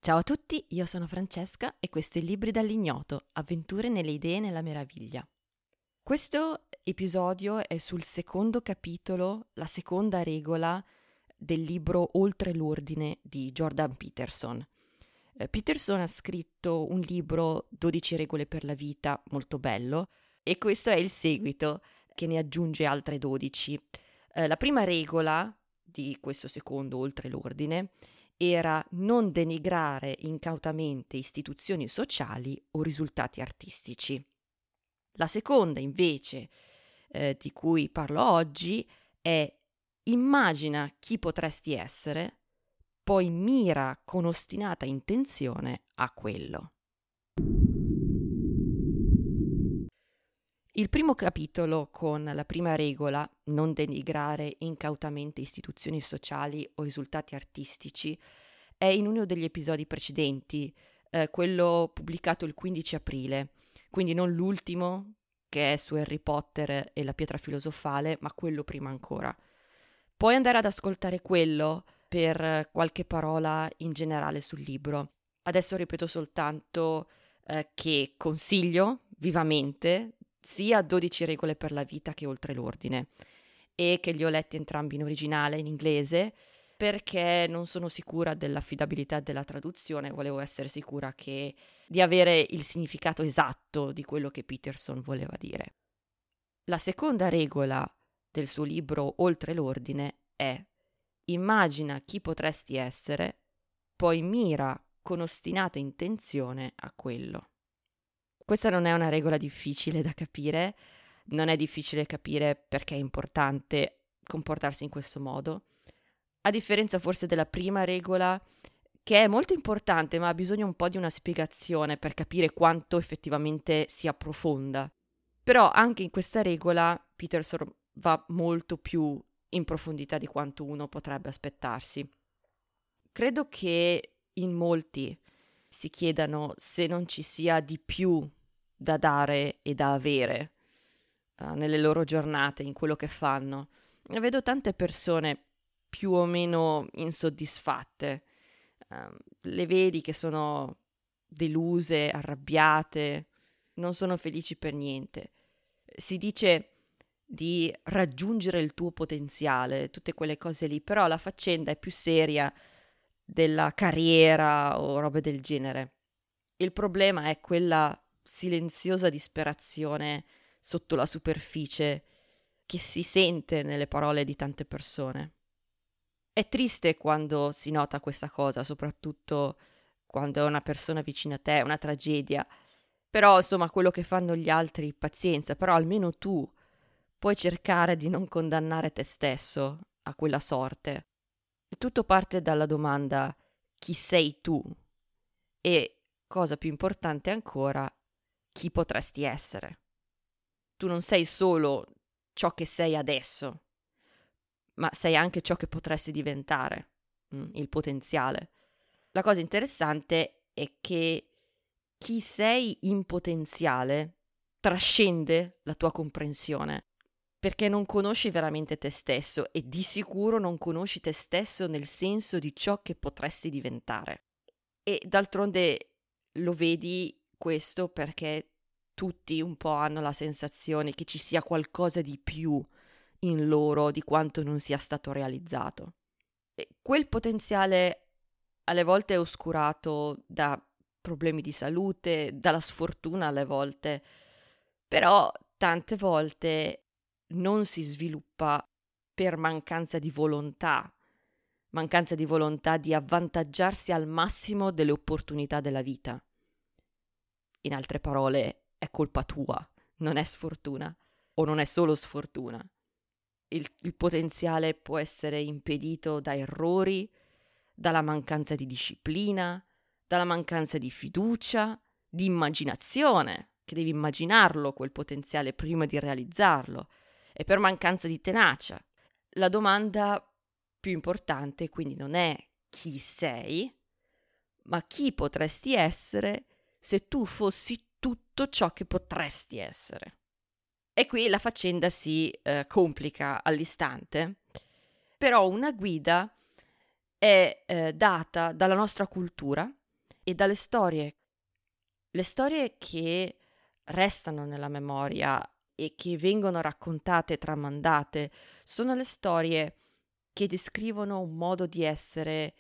Ciao a tutti, io sono Francesca e questo è Libri dall'ignoto, avventure nelle idee e nella meraviglia. Questo episodio è sul secondo capitolo, la seconda regola del libro Oltre l'ordine di Jordan Peterson. Peterson ha scritto un libro 12 regole per la vita, molto bello, e questo è il seguito che ne aggiunge altre 12. La prima regola di questo secondo Oltre l'ordine era non denigrare incautamente istituzioni sociali o risultati artistici. La seconda, invece, di cui parlo oggi, è immagina chi potresti essere, poi mira con ostinata intenzione a quello. Il primo capitolo con la prima regola, non denigrare incautamente istituzioni sociali o risultati artistici, è in uno degli episodi precedenti, quello pubblicato il 15 aprile, quindi non l'ultimo che è su Harry Potter e la pietra filosofale, ma quello prima ancora. Puoi andare ad ascoltare quello per qualche parola in generale sul libro. Adesso ripeto soltanto che consiglio vivamente sia 12 regole per la vita che Oltre l'ordine, e che li ho letti entrambi in originale, in inglese, perché non sono sicura dell'affidabilità della traduzione, volevo essere sicura di avere il significato esatto di quello che Peterson voleva dire. La seconda regola del suo libro Oltre l'ordine è: immagina chi potresti essere, poi mira con ostinata intenzione a quello. Questa non è una regola difficile da capire, non è difficile capire perché è importante comportarsi in questo modo, a differenza forse della prima regola, che è molto importante ma ha bisogno un po' di una spiegazione per capire quanto effettivamente sia profonda. Però anche in questa regola Peterson va molto più in profondità di quanto uno potrebbe aspettarsi. Credo che in molti si chiedano se non ci sia di più da dare e da avere nelle loro giornate, in quello che fanno. E vedo tante persone più o meno insoddisfatte, le vedi che sono deluse, arrabbiate, non sono felici per niente. Si dice di raggiungere il tuo potenziale, tutte quelle cose lì, però la faccenda è più seria della carriera o robe del genere. Il problema è quella silenziosa disperazione sotto la superficie che si sente nelle parole di tante persone. È triste quando si nota questa cosa, soprattutto quando è una persona vicina a te, è una tragedia. Però, insomma, quello che fanno gli altri, pazienza, però almeno tu puoi cercare di non condannare te stesso a quella sorte. Tutto parte dalla domanda: chi sei tu? E, cosa più importante ancora, chi potresti essere? Tu non sei solo ciò che sei adesso, ma sei anche ciò che potresti diventare, il potenziale. La cosa interessante è che chi sei in potenziale trascende la tua comprensione, perché non conosci veramente te stesso e di sicuro non conosci te stesso nel senso di ciò che potresti diventare. E d'altronde lo vedi questo perché tutti un po' hanno la sensazione che ci sia qualcosa di più in loro di quanto non sia stato realizzato. E quel potenziale alle volte è oscurato da problemi di salute, dalla sfortuna alle volte, però tante volte non si sviluppa per mancanza di volontà di avvantaggiarsi al massimo delle opportunità della vita. In altre parole, è colpa tua, non è sfortuna, o non è solo sfortuna. Il potenziale può essere impedito da errori, dalla mancanza di disciplina, dalla mancanza di fiducia, di immaginazione, che devi immaginarlo quel potenziale prima di realizzarlo, e per mancanza di tenacia. La domanda più importante quindi non è chi sei, ma chi potresti essere se tu fossi tutto ciò che potresti essere. E qui la faccenda si complica all'istante, però una guida è data dalla nostra cultura e dalle storie. Le storie che restano nella memoria e che vengono raccontate e tramandate sono le storie che descrivono un modo di essere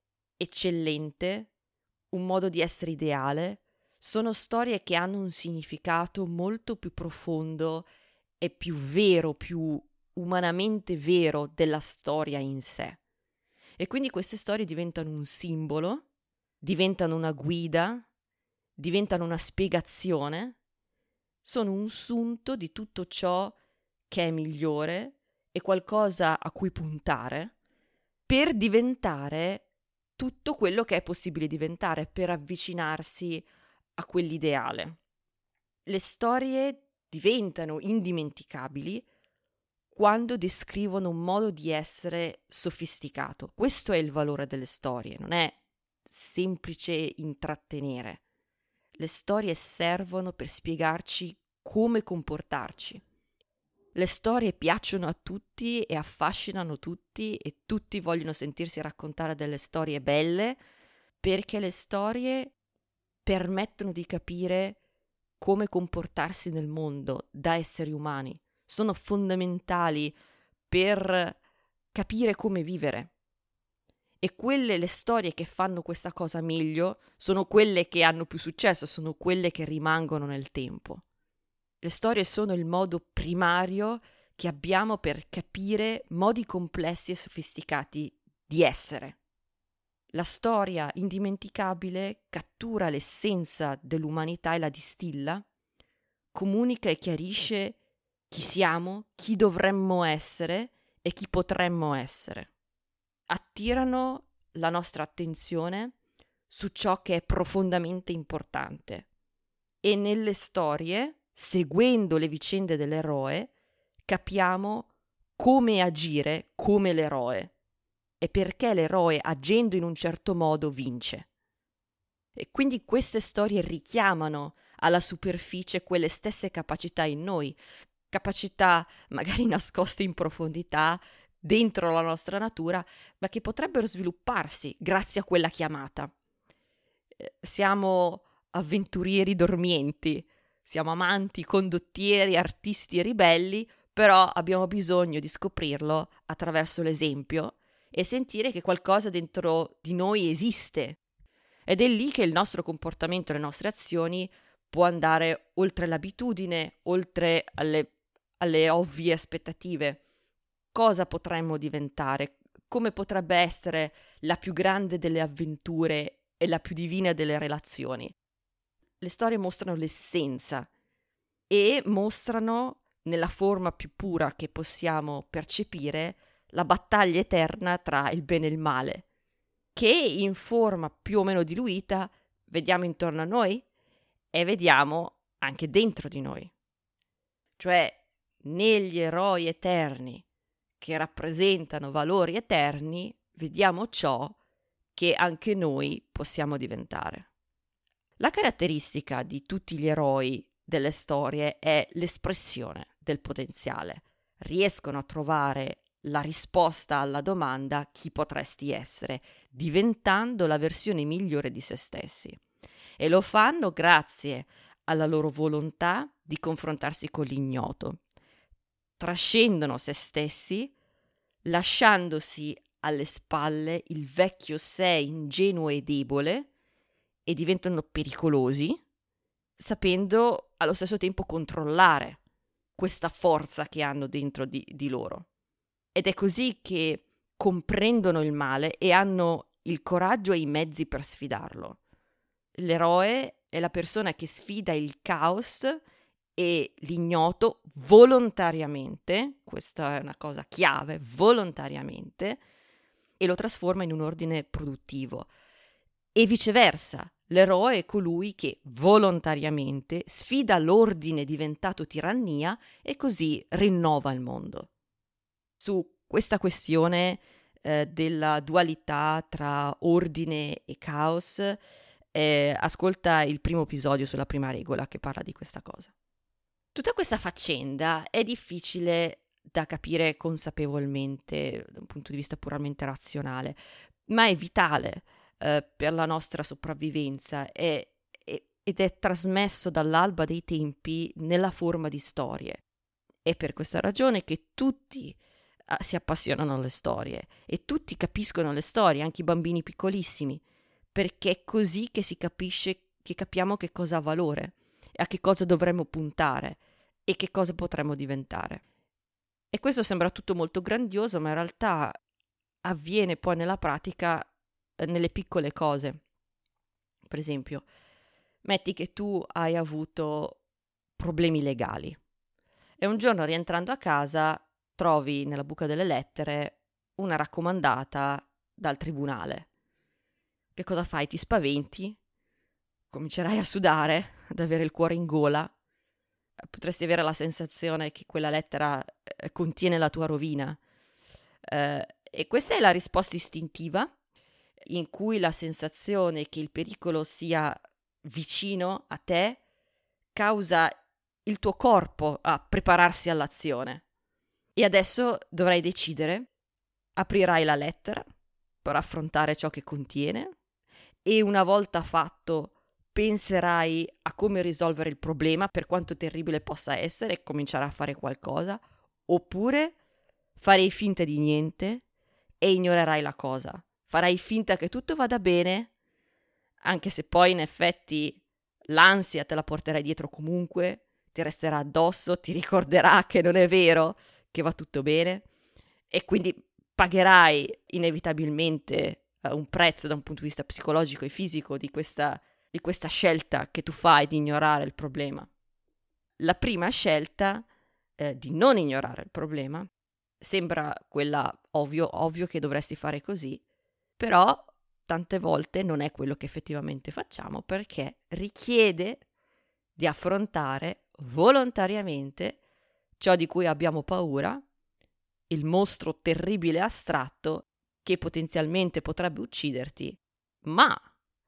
eccellente, un modo di essere ideale. Sono storie che hanno un significato molto più profondo e più vero, più umanamente vero della storia in sé. E quindi queste storie diventano un simbolo, diventano una guida, diventano una spiegazione, sono un sunto di tutto ciò che è migliore e qualcosa a cui puntare per diventare tutto quello che è possibile diventare, per avvicinarsi a quell'ideale. Le storie diventano indimenticabili quando descrivono un modo di essere sofisticato. Questo è il valore delle storie, non è semplice intrattenere. Le storie servono per spiegarci come comportarci. Le storie piacciono a tutti e affascinano tutti e tutti vogliono sentirsi raccontare delle storie belle perché le storie permettono di capire come comportarsi nel mondo da esseri umani. Sono fondamentali per capire come vivere. E le storie che fanno questa cosa meglio sono quelle che hanno più successo, sono quelle che rimangono nel tempo. Le storie sono il modo primario che abbiamo per capire modi complessi e sofisticati di essere. La storia indimenticabile cattura l'essenza dell'umanità e la distilla, comunica e chiarisce chi siamo, chi dovremmo essere e chi potremmo essere. Attirano la nostra attenzione su ciò che è profondamente importante e nelle storie, seguendo le vicende dell'eroe, capiamo come agire come l'eroe e perché l'eroe agendo in un certo modo vince. E quindi queste storie richiamano alla superficie quelle stesse capacità in noi, capacità magari nascoste in profondità dentro la nostra natura, ma che potrebbero svilupparsi grazie a quella chiamata. Siamo avventurieri dormienti, siamo amanti, condottieri, artisti e ribelli, però abbiamo bisogno di scoprirlo attraverso l'esempio e sentire che qualcosa dentro di noi esiste. Ed è lì che il nostro comportamento e le nostre azioni può andare oltre l'abitudine, oltre alle ovvie aspettative. Cosa potremmo diventare? Come potrebbe essere la più grande delle avventure e la più divina delle relazioni? Le storie mostrano l'essenza e mostrano, nella forma più pura che possiamo percepire, la battaglia eterna tra il bene e il male, che in forma più o meno diluita vediamo intorno a noi e vediamo anche dentro di noi. Cioè, negli eroi eterni che rappresentano valori eterni, vediamo ciò che anche noi possiamo diventare. La caratteristica di tutti gli eroi delle storie è l'espressione del potenziale. Riescono a trovare la risposta alla domanda chi potresti essere, diventando la versione migliore di se stessi. E lo fanno grazie alla loro volontà di confrontarsi con l'ignoto. Trascendono se stessi, lasciandosi alle spalle il vecchio sé ingenuo e debole, e diventano pericolosi, sapendo allo stesso tempo controllare questa forza che hanno dentro di loro. Ed è così che comprendono il male e hanno il coraggio e i mezzi per sfidarlo. L'eroe è la persona che sfida il caos e l'ignoto volontariamente, questa è una cosa chiave, volontariamente, e lo trasforma in un ordine produttivo. E viceversa, l'eroe è colui che volontariamente sfida l'ordine diventato tirannia e così rinnova il mondo. Su questa questione della dualità tra ordine e caos, ascolta il primo episodio sulla prima regola che parla di questa cosa. Tutta questa faccenda è difficile da capire consapevolmente da un punto di vista puramente razionale, ma è vitale per la nostra sopravvivenza ed è trasmesso dall'alba dei tempi nella forma di storie. È per questa ragione che tutti si appassionano alle storie e tutti capiscono le storie, anche i bambini piccolissimi, perché è così che si capisce, che capiamo che cosa ha valore e a che cosa dovremmo puntare e che cosa potremmo diventare. E questo sembra tutto molto grandioso, ma in realtà avviene poi nella pratica nelle piccole cose. Per esempio, metti che tu hai avuto problemi legali e un giorno rientrando a casa trovi nella buca delle lettere una raccomandata dal tribunale. Che cosa fai? Ti spaventi? Comincerai a sudare, ad avere il cuore in gola? Potresti avere la sensazione che quella lettera contiene la tua rovina. E questa è la risposta istintiva, in cui la sensazione che il pericolo sia vicino a te causa il tuo corpo a prepararsi all'azione. E adesso dovrai decidere, aprirai la lettera per affrontare ciò che contiene e una volta fatto penserai a come risolvere il problema, per quanto terribile possa essere, e cominciare a fare qualcosa, oppure farei finta di niente e ignorerai la cosa. Farai finta che tutto vada bene, anche se poi in effetti l'ansia te la porterai dietro comunque, ti resterà addosso, ti ricorderà che non è vero, che va tutto bene, e quindi pagherai inevitabilmente un prezzo da un punto di vista psicologico e fisico di questa scelta che tu fai di ignorare il problema. La prima scelta di non ignorare il problema sembra quella ovvio che dovresti fare così, però tante volte non è quello che effettivamente facciamo, perché richiede di affrontare volontariamente ciò di cui abbiamo paura, il mostro terribile e astratto che potenzialmente potrebbe ucciderti, ma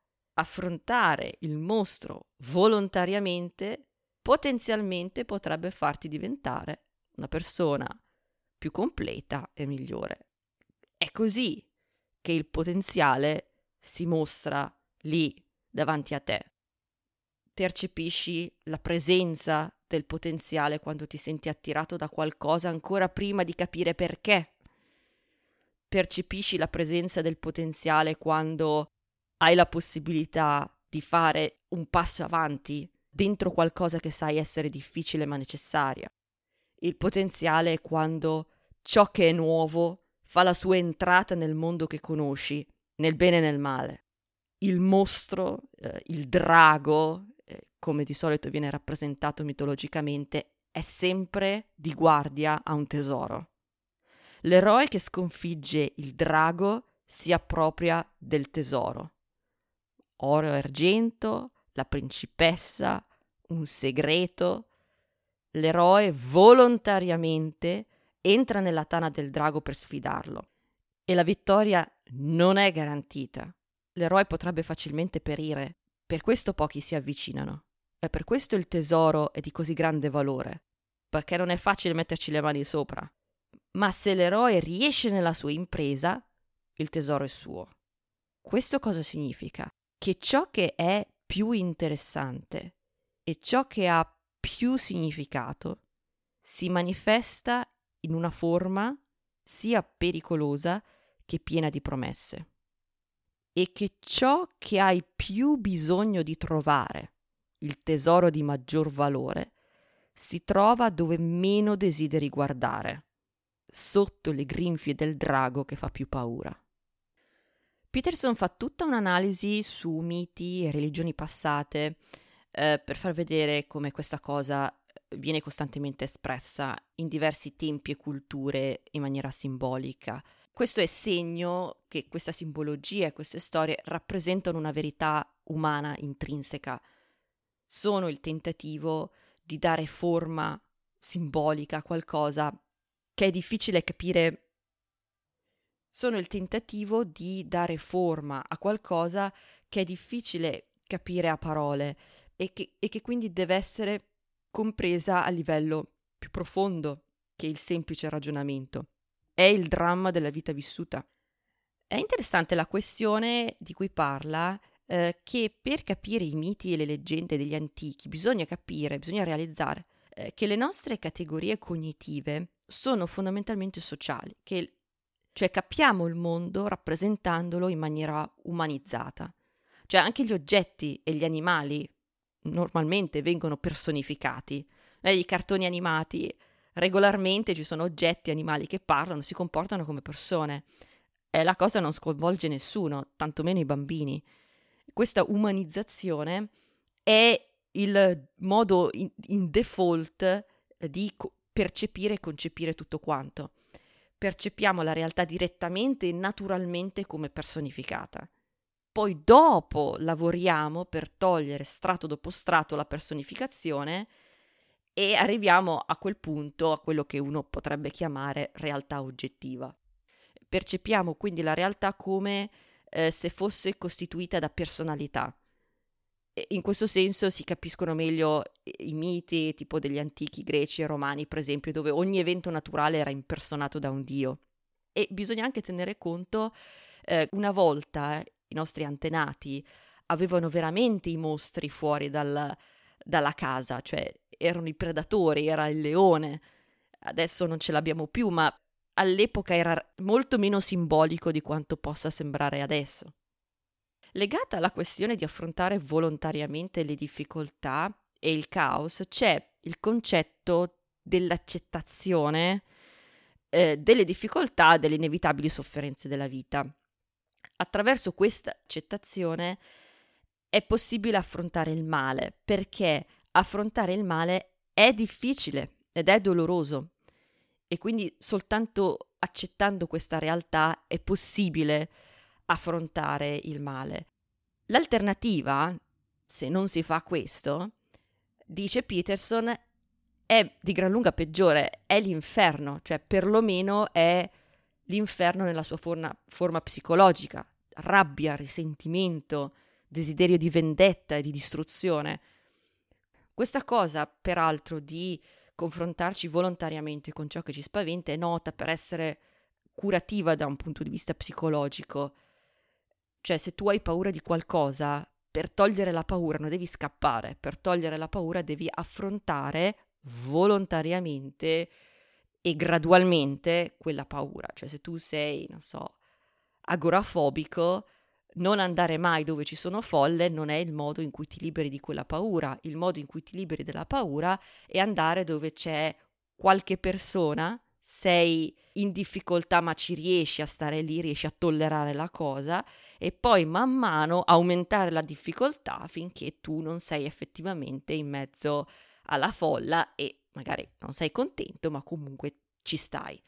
affrontare il mostro volontariamente potenzialmente potrebbe farti diventare una persona più completa e migliore. È così che il potenziale si mostra lì davanti a te. Percepisci la presenza del potenziale quando ti senti attirato da qualcosa ancora prima di capire perché. Percepisci la presenza del potenziale quando hai la possibilità di fare un passo avanti dentro qualcosa che sai essere difficile ma necessaria. Il potenziale è quando ciò che è nuovo fa la sua entrata nel mondo che conosci, nel bene e nel male. Il mostro, il drago, come di solito viene rappresentato mitologicamente, è sempre di guardia a un tesoro. L'eroe che sconfigge il drago si appropria del tesoro. Oro e argento, la principessa, un segreto. L'eroe volontariamente entra nella tana del drago per sfidarlo. E la vittoria non è garantita. L'eroe potrebbe facilmente perire. Per questo pochi si avvicinano. E per questo il tesoro è di così grande valore. Perché non è facile metterci le mani sopra. Ma se l'eroe riesce nella sua impresa, il tesoro è suo. Questo cosa significa? Che ciò che è più interessante e ciò che ha più significato si manifesta in una forma sia pericolosa che piena di promesse. E che ciò che hai più bisogno di trovare, il tesoro di maggior valore, si trova dove meno desideri guardare, sotto le grinfie del drago che fa più paura. Peterson fa tutta un'analisi su miti e religioni passate per far vedere come questa cosa viene costantemente espressa in diversi tempi e culture in maniera simbolica. Questo è segno che questa simbologia e queste storie rappresentano una verità umana intrinseca. Sono il tentativo di dare forma simbolica a qualcosa che è difficile capire. Sono il tentativo di dare forma a qualcosa che è difficile capire a parole e che quindi deve essere compresa a livello più profondo che il semplice ragionamento. È il dramma della vita vissuta. È interessante la questione di cui parla, che per capire i miti e le leggende degli antichi bisogna realizzare che le nostre categorie cognitive sono fondamentalmente sociali, cioè capiamo il mondo rappresentandolo in maniera umanizzata. Cioè anche gli oggetti e gli animali normalmente vengono personificati. Negli cartoni animati regolarmente ci sono oggetti, animali che parlano, si comportano come persone. E la cosa non sconvolge nessuno, tantomeno i bambini. Questa umanizzazione è il modo in default di percepire e concepire tutto quanto. Percepiamo la realtà direttamente e naturalmente come personificata. Poi dopo lavoriamo per togliere strato dopo strato la personificazione e arriviamo a quel punto, a quello che uno potrebbe chiamare realtà oggettiva. Percepiamo quindi la realtà come se fosse costituita da personalità. E in questo senso si capiscono meglio i miti tipo degli antichi greci e romani, per esempio, dove ogni evento naturale era impersonato da un dio. E bisogna anche tenere conto, una volta i nostri antenati avevano veramente i mostri fuori dalla casa, cioè erano i predatori, era il leone. Adesso non ce l'abbiamo più, ma all'epoca era molto meno simbolico di quanto possa sembrare adesso. Legata alla questione di affrontare volontariamente le difficoltà e il caos, c'è il concetto dell'accettazione delle difficoltà, delle inevitabili sofferenze della vita. Attraverso questa accettazione è possibile affrontare il male, perché affrontare il male è difficile ed è doloroso. E quindi soltanto accettando questa realtà è possibile affrontare il male. L'alternativa, se non si fa questo, dice Peterson, è di gran lunga peggiore, è l'inferno, cioè perlomeno è l'inferno nella sua forma psicologica, rabbia, risentimento, desiderio di vendetta e di distruzione. Questa cosa, peraltro, di confrontarci volontariamente con ciò che ci spaventa è nota per essere curativa da un punto di vista psicologico. Cioè, se tu hai paura di qualcosa, per togliere la paura non devi scappare, per togliere la paura devi affrontare volontariamente e gradualmente quella paura. Cioè, se tu sei, non so, agorafobico, non andare mai dove ci sono folle non è il modo in cui ti liberi di quella paura. Il modo in cui ti liberi della paura è andare dove c'è qualche persona, sei in difficoltà ma ci riesci a stare lì, riesci a tollerare la cosa e poi man mano aumentare la difficoltà finché tu non sei effettivamente in mezzo alla folla e magari non sei contento ma comunque ci stai.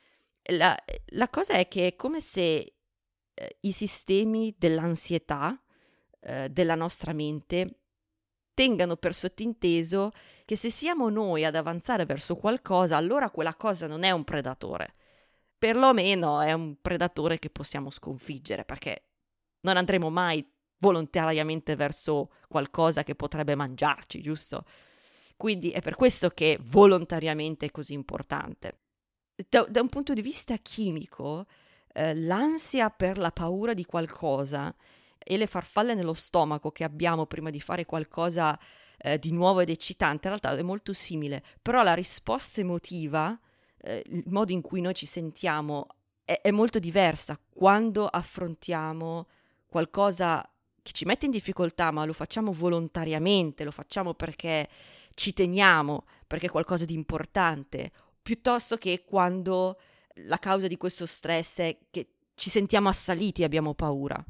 La cosa è che è come se i sistemi dell'ansietà della nostra mente tengano per sottinteso che se siamo noi ad avanzare verso qualcosa, allora quella cosa non è un predatore. Perlomeno è un predatore che possiamo sconfiggere, perché non andremo mai volontariamente verso qualcosa che potrebbe mangiarci, giusto? Quindi è per questo che volontariamente è così importante. Da un punto di vista chimico, l'ansia per la paura di qualcosa e le farfalle nello stomaco che abbiamo prima di fare qualcosa di nuovo ed eccitante, in realtà è molto simile, però la risposta emotiva, il modo in cui noi ci sentiamo è molto diversa quando affrontiamo qualcosa che ci mette in difficoltà, ma lo facciamo volontariamente, lo facciamo perché ci teniamo, perché è qualcosa di importante, piuttosto che quando la causa di questo stress è che ci sentiamo assaliti e abbiamo paura.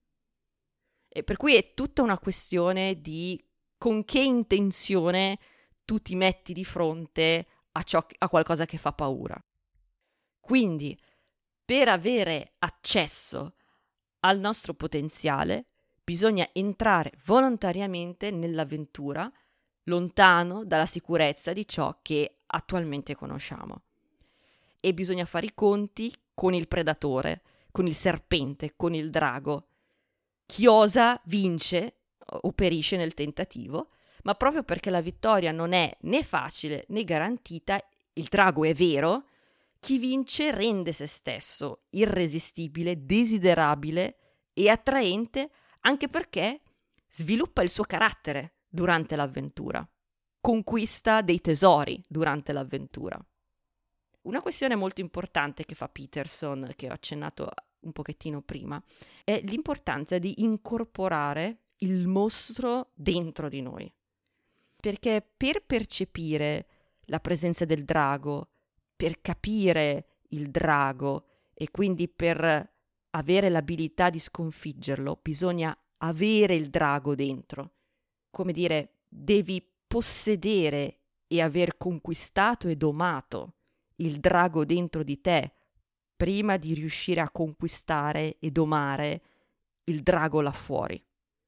E per cui è tutta una questione di con che intenzione tu ti metti di fronte a qualcosa che fa paura. Quindi, per avere accesso al nostro potenziale, bisogna entrare volontariamente nell'avventura, lontano dalla sicurezza di ciò che attualmente conosciamo. E bisogna fare i conti con il predatore, con il serpente, con il drago. Chi osa vince o perisce nel tentativo, ma proprio perché la vittoria non è né facile né garantita, il drago è vero, Chi vince rende se stesso irresistibile, desiderabile e attraente anche perché sviluppa il suo carattere durante l'avventura, conquista dei tesori durante l'avventura. Una questione molto importante che fa Peterson, che ho accennato un pochettino prima, è l'importanza di incorporare il mostro dentro di noi. Perché per percepire la presenza del drago, per capire il drago e quindi per avere l'abilità di sconfiggerlo, bisogna avere il drago dentro. Come dire, devi possedere e aver conquistato e domato il drago dentro di te prima di riuscire a conquistare e domare il drago là fuori.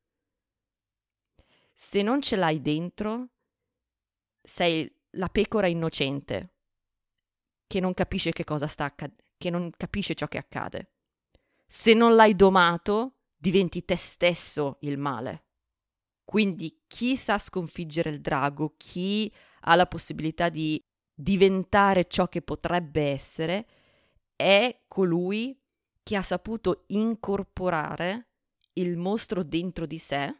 Se non ce l'hai dentro, sei la pecora innocente che non capisce che cosa che non capisce ciò che accade. Se non l'hai domato, diventi te stesso il male. Quindi chi sa sconfiggere il drago, chi ha la possibilità di diventare ciò che potrebbe essere, è colui che ha saputo incorporare il mostro dentro di sé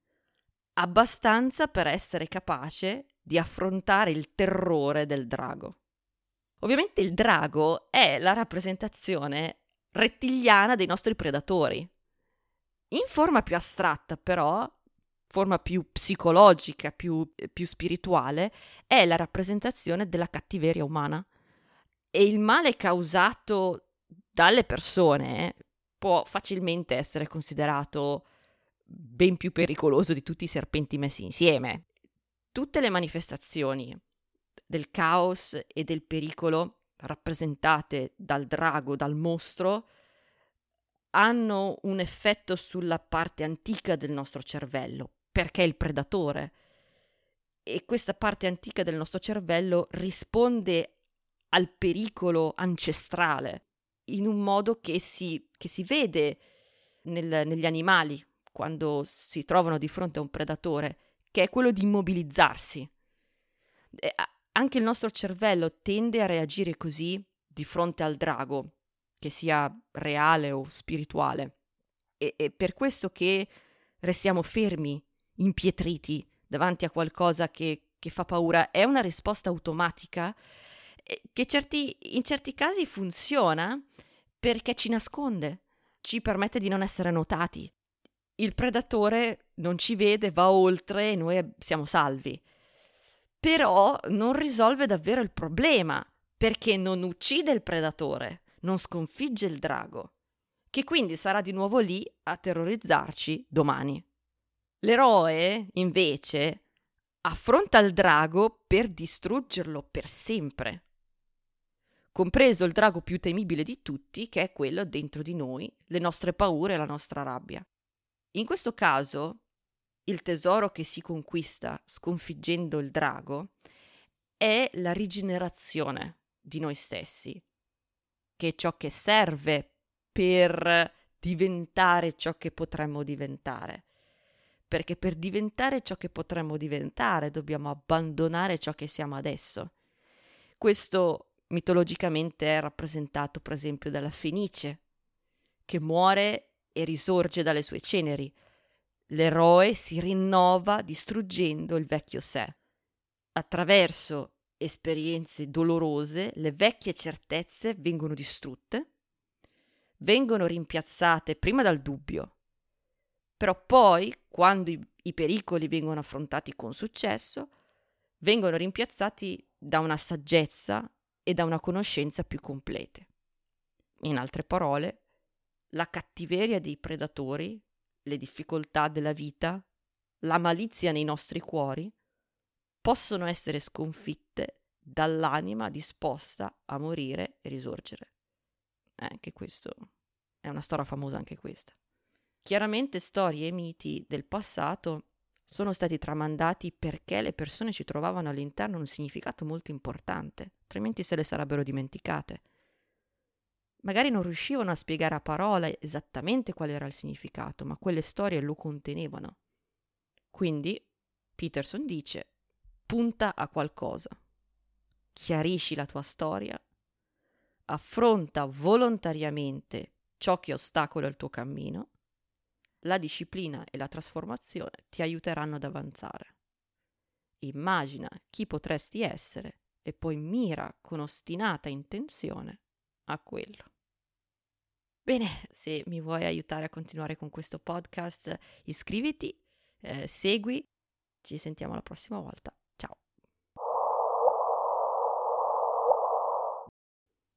abbastanza per essere capace di affrontare il terrore del drago. Ovviamente il drago è la rappresentazione rettiliana dei nostri predatori. In forma più astratta, però, forma più psicologica, più spirituale, è la rappresentazione della cattiveria umana. E il male causato dalle persone può facilmente essere considerato ben più pericoloso di tutti i serpenti messi insieme. Tutte le manifestazioni del caos e del pericolo rappresentate dal drago, dal mostro, hanno un effetto sulla parte antica del nostro cervello, perché è il predatore. E questa parte antica del nostro cervello risponde al pericolo ancestrale in un modo che si vede negli animali quando si trovano di fronte a un predatore, che è quello di immobilizzarsi. Anche il nostro cervello tende a reagire così di fronte al drago, che sia reale o spirituale. E per questo che restiamo fermi, impietriti, davanti a qualcosa che fa paura. È una risposta automatica che in certi casi funziona perché ci nasconde, ci permette di non essere notati. Il predatore non ci vede, va oltre e noi siamo salvi. Però non risolve davvero il problema, perché non uccide il predatore, non sconfigge il drago, che quindi sarà di nuovo lì a terrorizzarci domani. L'eroe, invece, affronta il drago per distruggerlo per sempre, compreso il drago più temibile di tutti, che è quello dentro di noi, le nostre paure e la nostra rabbia. In questo caso, il tesoro che si conquista sconfiggendo il drago è la rigenerazione di noi stessi, che è ciò che serve per diventare ciò che potremmo diventare. Perché per diventare ciò che potremmo diventare dobbiamo abbandonare ciò che siamo adesso. Questo mitologicamente è rappresentato per esempio dalla Fenice, che muore e risorge dalle sue ceneri. L'eroe si rinnova distruggendo il vecchio sé. Attraverso esperienze dolorose, le vecchie certezze vengono distrutte, vengono rimpiazzate prima dal dubbio, però poi, quando i pericoli vengono affrontati con successo, vengono rimpiazzati da una saggezza e da una conoscenza più complete. In altre parole, la cattiveria dei predatori, le difficoltà della vita, la malizia nei nostri cuori, possono essere sconfitte dall'anima disposta a morire e risorgere. Anche questo è una storia famosa, anche questa. Chiaramente storie e miti del passato sono stati tramandati perché le persone ci trovavano all'interno un significato molto importante, altrimenti se le sarebbero dimenticate. Magari non riuscivano a spiegare a parole esattamente qual era il significato, ma quelle storie lo contenevano. Quindi, Peterson dice, punta a qualcosa, chiarisci la tua storia, affronta volontariamente ciò che ostacola il tuo cammino, la disciplina e la trasformazione ti aiuteranno ad avanzare. Immagina chi potresti essere e poi mira con ostinata intenzione a quello. Bene, se mi vuoi aiutare a continuare con questo podcast, iscriviti, segui, ci sentiamo la prossima volta.